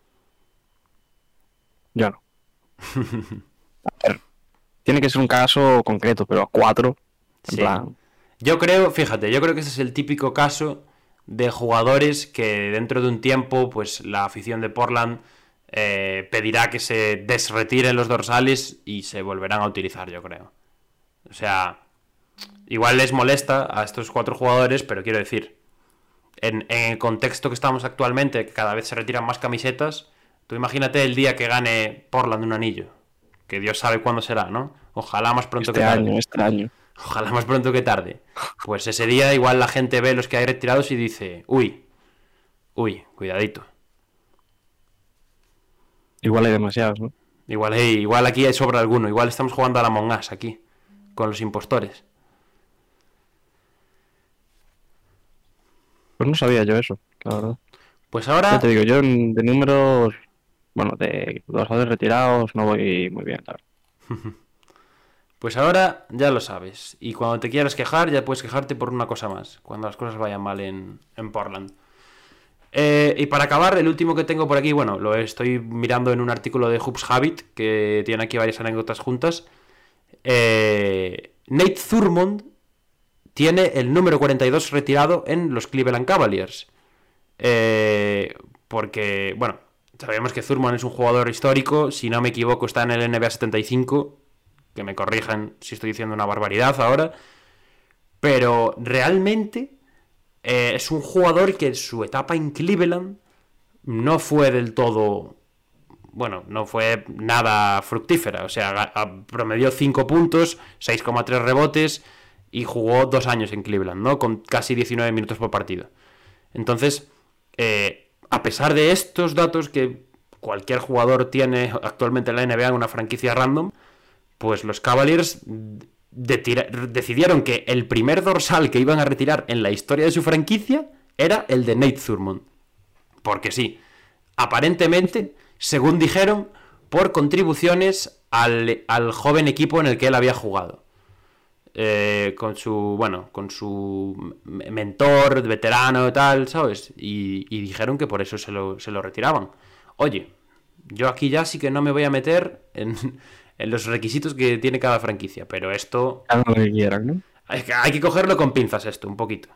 Yo no. A ver, tiene que ser un caso concreto, pero a cuatro, en sí. plan... Yo creo, fíjate, yo creo que ese es el típico caso de jugadores que dentro de un tiempo, pues la afición de Portland... Eh, pedirá que se desretiren los dorsales y se volverán a utilizar, yo creo. O sea, igual les molesta a estos cuatro jugadores, pero quiero decir, en, en el contexto que estamos actualmente, que cada vez se retiran más camisetas, tú imagínate el día que gane Portland un anillo, que Dios sabe cuándo será, ¿no? Ojalá más pronto este que tarde. Año, este año. Ojalá más pronto que tarde. Pues ese día igual la gente ve los que hay retirados y dice, uy, uy, cuidadito. Igual hay demasiados, ¿no? Igual, hey, igual aquí hay sobra alguno. Igual estamos jugando a la Among Us aquí, con los impostores. Pues no sabía yo eso, la verdad. Pues ahora... Ya te digo, yo de números, bueno, de dorsales retirados no voy muy bien, claro. Pues ahora ya lo sabes. Y cuando te quieras quejar, ya puedes quejarte por una cosa más. Cuando las cosas vayan mal en, en Portland. Eh, y para acabar, el último que tengo por aquí, bueno, lo estoy mirando en un artículo de Hoops Habit, que tiene aquí varias anécdotas juntas. Eh, Nate Thurmond tiene el número cuarenta y dos retirado en los Cleveland Cavaliers. Eh, porque, bueno, sabemos que Thurmond es un jugador histórico. Si no me equivoco, está en el N B A setenta y cinco. Que me corrijan si estoy diciendo una barbaridad ahora. Pero realmente... Eh, es un jugador que en su etapa en Cleveland no fue del todo, bueno, no fue nada fructífera. O sea, promedió cinco puntos, seis coma tres rebotes, y jugó dos años en Cleveland, ¿no? Con casi diecinueve minutos por partido. Entonces, eh, a pesar de estos datos que cualquier jugador tiene actualmente en la N B A en una franquicia random, pues los Cavaliers de tira- decidieron que el primer dorsal que iban a retirar en la historia de su franquicia era el de Nate Thurmond. Porque sí, aparentemente, según dijeron, por contribuciones al, al joven equipo en el que él había jugado. Eh, con su, bueno, con su mentor, veterano y tal, ¿sabes? Y, y dijeron que por eso se lo, se lo retiraban. Oye, yo aquí ya sí que no me voy a meter en, en los requisitos que tiene cada franquicia, pero esto... Hagan lo que quieran, ¿no? Hay que, hay que cogerlo con pinzas esto, un poquito.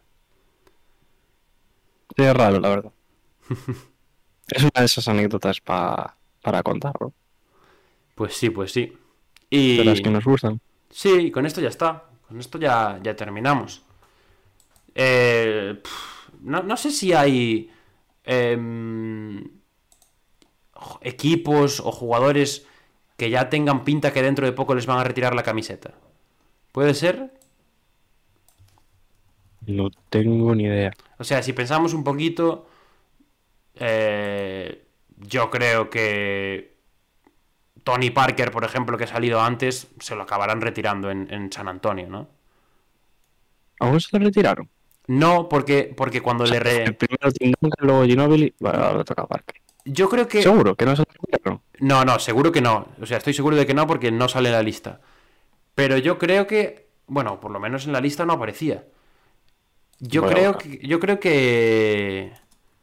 Sí, es raro, la verdad. Es una de esas anécdotas pa- para contarlo. Pues sí, pues sí. Y... De las que nos gustan. Sí, y con esto ya está. Con esto ya, ya terminamos. Eh, pf, no, no sé si hay em, equipos o jugadores que ya tengan pinta que dentro de poco les van a retirar la camiseta. ¿Puede ser? No tengo ni idea. O sea, si pensamos un poquito, eh, yo creo que Tony Parker, por ejemplo, que ha salido antes, se lo acabarán retirando en, en San Antonio, ¿no? ¿Aún se lo retiraron? No, porque, porque cuando O sea, le re... el primero Tim Duncan, luego Ginobili, bueno, ahora le toca a Parker. Yo creo que... ¿Seguro que no se lo retiraron? No, no, seguro que no. O sea, estoy seguro de que no porque no sale en la lista. Pero yo creo que... Bueno, por lo menos en la lista no aparecía. Yo Voy a creo buscar. que... Yo creo que...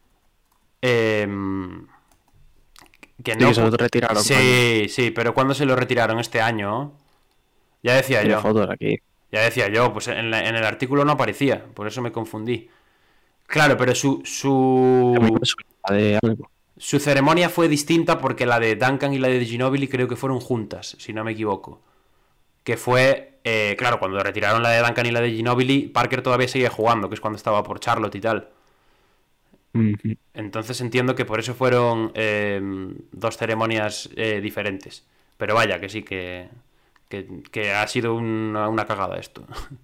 em, que Sí, no... que se lo retiraron. Sí, sí, pero ¿cuándo se lo retiraron? Este año. Ya decía Tiene yo. fotos aquí. Ya decía yo, pues en, la- en el artículo no aparecía. Por eso me confundí. Claro, pero su... su... A mí me suena de algo. Su ceremonia fue distinta porque la de Duncan y la de Ginobili creo que fueron juntas, si no me equivoco. Que fue, eh, claro, cuando retiraron la de Duncan y la de Ginobili, Parker todavía seguía jugando, que es cuando estaba por Charlotte y tal. Ujú. Entonces entiendo que por eso fueron eh, dos ceremonias eh, diferentes. Pero vaya, que sí, que, que, que ha sido una, una cagada esto.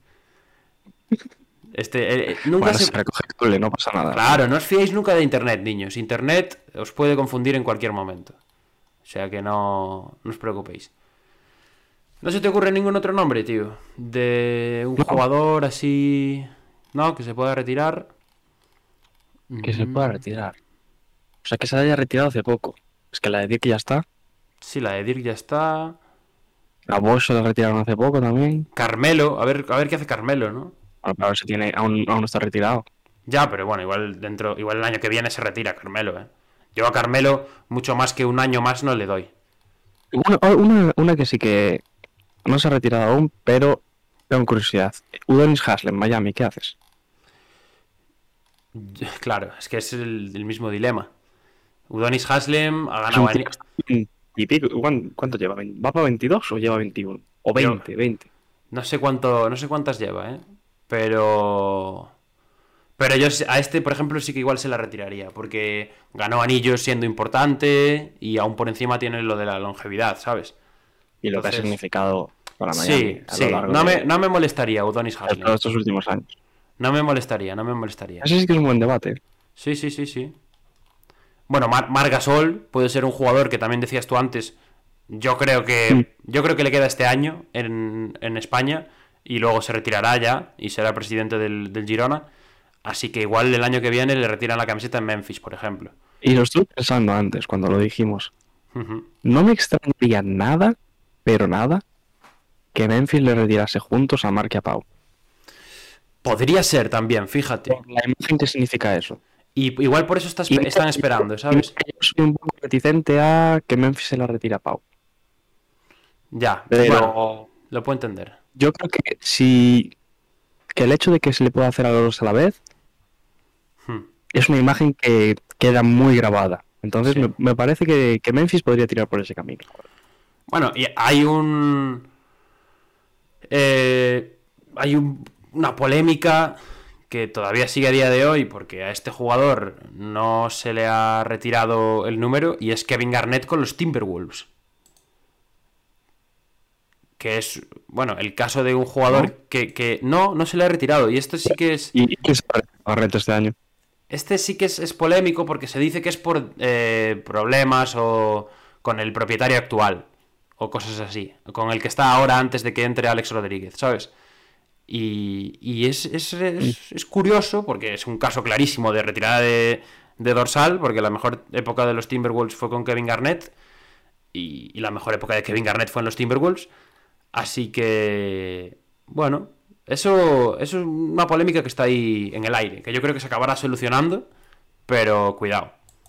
Este, eh, nunca Bueno, se... se recoge cable, no pasa nada. Claro, no os fiéis nunca de internet, niños. Internet os puede confundir en cualquier momento. O sea que no, no os preocupéis. ¿No se te ocurre ningún otro nombre, tío? De un No. jugador así... ¿No? Que se pueda retirar. Que se Mm, pueda retirar. O sea, que se haya retirado hace poco. Es que la de Dirk ya está. Sí, la de Dirk ya está. A Bosch se la retiraron hace poco también. Carmelo, a ver, a ver qué hace Carmelo, ¿no? Bueno, pero se tiene, aún, aún no está retirado. Ya, pero bueno, igual dentro, igual el año que viene se retira Carmelo, ¿eh? Yo a Carmelo mucho más que un año más no le doy. Una, una, una que sí que no se ha retirado aún, pero tengo curiosidad. Udonis Haslem, Miami, ¿qué haces? Claro, es que es el, el mismo dilema. Udonis Haslem ha Es un ganado... tío que está en- y pico. ¿Cuán- ¿Cuánto lleva? ¿Va para veintidós o lleva veintiuno? O veinte, veinte. No sé cuánto, no sé cuántas lleva, ¿eh? Pero... Pero yo a este, por ejemplo, sí que igual se la retiraría, porque ganó anillos siendo importante y aún por encima tiene lo de la longevidad, ¿sabes? Y lo que ha Entonces- significado para Miami Sí, a lo sí, largo no de, me, no me molestaría Udonis de Haslem. todos estos últimos años. No me molestaría, no me molestaría. Ese sí que es un buen debate. Sí, sí, sí, sí. Bueno, Mar, Marc Gasol puede ser un jugador que también decías tú antes. Yo creo que yo creo que le queda este año en, en España y luego se retirará ya y será presidente del, del Girona. Así que igual el año que viene le retiran la camiseta en Memphis, por ejemplo. Y lo estuve pensando antes, cuando lo dijimos. Ujú. No me extrañaría nada, pero nada, que Memphis le retirase juntos a Mark y a Pau. Podría ser también, fíjate. Por la imagen que significa eso. Y igual por eso estás- Y- están esperando, ¿sabes? Yo soy un poco reticente a que Memphis se la retire a Pau. Ya, Pero bueno, lo puedo entender. yo creo que si que el hecho de que se le pueda hacer a los dos a la vez Hmm. es una imagen que queda muy grabada. Entonces Sí. me, me parece que, que Memphis podría tirar por ese camino. Bueno, y hay un. eh, hay un- una polémica que todavía sigue a día de hoy porque a este jugador no se le ha retirado el número y es Kevin Garnett con los Timberwolves. que es, bueno, el caso de un jugador ¿no? que, que no, no se le ha retirado. Y esto sí que es... ¿Y qué se ha retirado este año? Este sí que es, es polémico porque se dice que es por eh, problemas o con el propietario actual o cosas así, con el que está ahora antes de que entre Alex Rodríguez, ¿sabes? Y, y es, es, es, es curioso porque es un caso clarísimo de retirada de, de dorsal, porque la mejor época de los Timberwolves fue con Kevin Garnett y, y la mejor época de Kevin Garnett fue en los Timberwolves. Así que, bueno, eso, eso es una polémica que está ahí en el aire, que yo creo que se acabará solucionando, pero cuidado.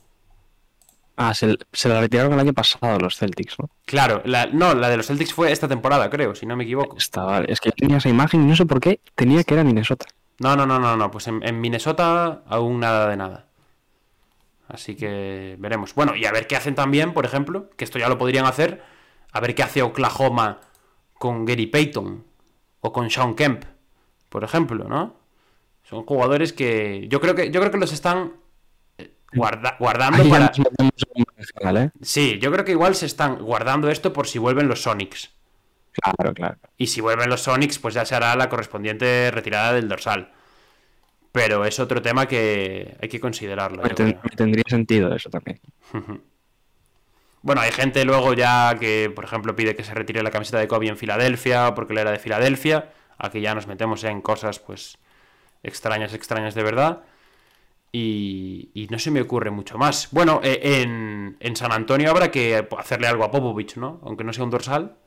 Ah, se, se la retiraron el año pasado los Celtics, ¿no? Claro, la, no, la de los Celtics fue esta temporada, creo, si no me equivoco. Estaba, es que yo tenía esa imagen y no sé por qué tenía que era Minnesota. No, no, no, no, no, pues en, en Minnesota aún nada de nada. Así que veremos. Bueno, y a ver qué hacen también, por ejemplo, que esto ya lo podrían hacer, a ver qué hace Oklahoma con Gary Payton o con Shawn Kemp, por ejemplo, ¿no? Son jugadores que yo creo que yo creo que los están guarda, guardando Ahí para final, ¿eh? Sí, yo creo que igual se están guardando esto por si vuelven los Sonics. Claro, claro. Y si vuelven los Sonics, pues ya se hará la correspondiente retirada del dorsal. Pero es otro tema que hay que considerarlo. Me, ten, me tendría sentido eso también. Bueno, hay gente luego ya que, por ejemplo, pide que se retire la camiseta de Kobe en Filadelfia porque él era de Filadelfia. Aquí ya nos metemos en cosas, pues, extrañas, extrañas de verdad. Y, y no se me ocurre mucho más. Bueno, eh, en, en San Antonio habrá que hacerle algo a Popovich, ¿no? Aunque no sea un dorsal.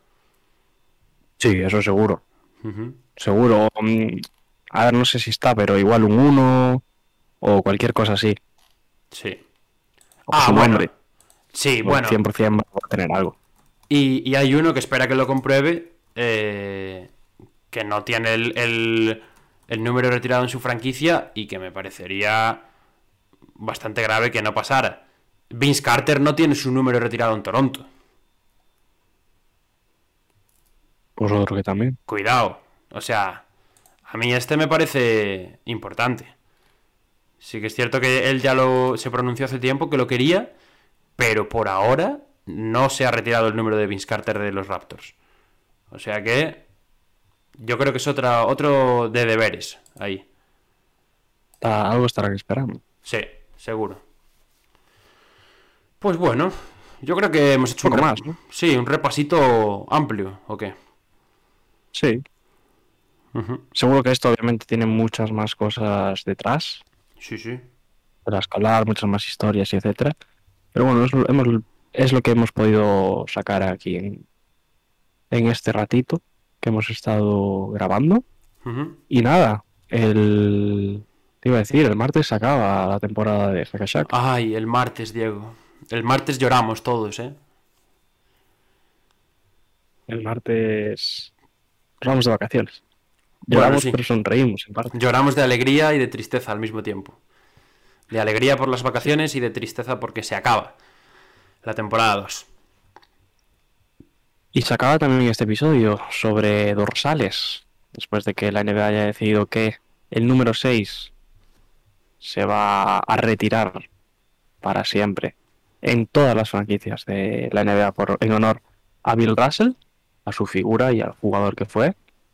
Sí, eso seguro. Uh-huh. Seguro. A ver, no sé si está, pero igual un uno o cualquier cosa así. Sí. O ah, su bueno. nombre. Sí, o bueno. cien por ciento va a tener algo. Y, y hay uno que espera que lo compruebe, eh, que no tiene el, el, el número retirado en su franquicia y que me parecería bastante grave que no pasara. Vince Carter no tiene su número retirado en Toronto. Pues otro que también. Cuidado. O sea, a mí este me parece importante. Sí que es cierto que él ya lo se pronunció hace tiempo que lo quería, pero por ahora no se ha retirado el número de Vince Carter de los Raptors. O sea que yo creo que es otra, otro de deberes ahí. Ah, algo estarán esperando. Sí, seguro. Pues bueno, yo creo que hemos hecho un un poco rep- más, ¿no? Sí, un repasito amplio, ¿o qué? Sí. Uh-huh. Seguro que esto obviamente tiene muchas más cosas detrás. Sí, sí. De las que hablar, muchas más historias y etcétera. Pero bueno, es, hemos, es lo que hemos podido sacar aquí en, en este ratito que hemos estado grabando. Uh-huh. Y nada, el... Te iba a decir, el martes se acaba la temporada de Hackashack. Ay, el martes, Diego. El martes lloramos todos, ¿eh? El martes nos vamos de vacaciones. Bueno, Lloramos, sí. pero sonreímos en parte. Lloramos de alegría y de tristeza al mismo tiempo. De alegría por las vacaciones y de tristeza porque se acaba la temporada dos. Y se acaba también este episodio sobre dorsales. Después de que la N B A haya decidido que el número seis se va a retirar para siempre en todas las franquicias de la N B A por, en honor a Bill Russell, a su figura y al jugador que fue.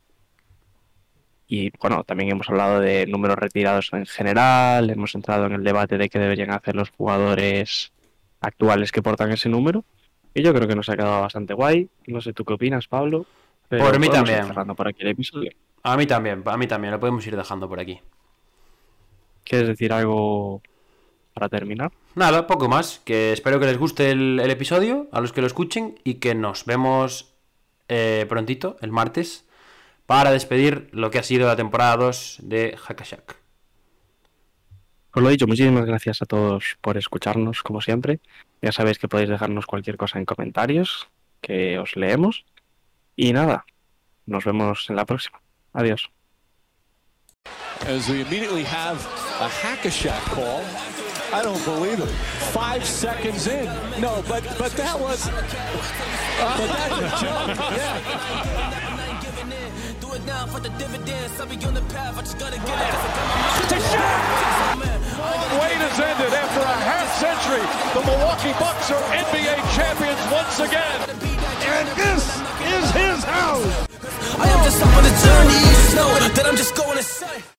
Y bueno, también hemos hablado de números retirados en general, hemos entrado en el debate de qué deberían hacer los jugadores actuales que portan ese número. Y yo creo que nos ha quedado bastante guay. No sé tú qué opinas, Pablo. Pero Por mí podemos también. ir cerrando por aquí el episodio. A mí también, a mí también. Lo podemos ir dejando por aquí. ¿Quieres decir algo para terminar? Nada, poco más. Que espero que les guste el, el episodio, a los que lo escuchen, y que nos vemos eh, prontito, el martes, para despedir lo que ha sido la temporada dos de Hackashack. Os lo he dicho, muchísimas gracias a todos por escucharnos, como siempre. Ya sabéis que podéis dejarnos cualquier cosa en comentarios, que os leemos. Y nada, nos vemos en la próxima. Adiós. As we immediately have a Hackashack call. I don't believe it. Five seconds in. No, but but that was. Uh, but that's a joke. Yeah. Do it now for the dividends. I'll be on the path. I just gotta get it. Wait has ended after a half century. The Milwaukee Bucks are N B A champions once again. And this is his house. journey, just know that I'm just going to say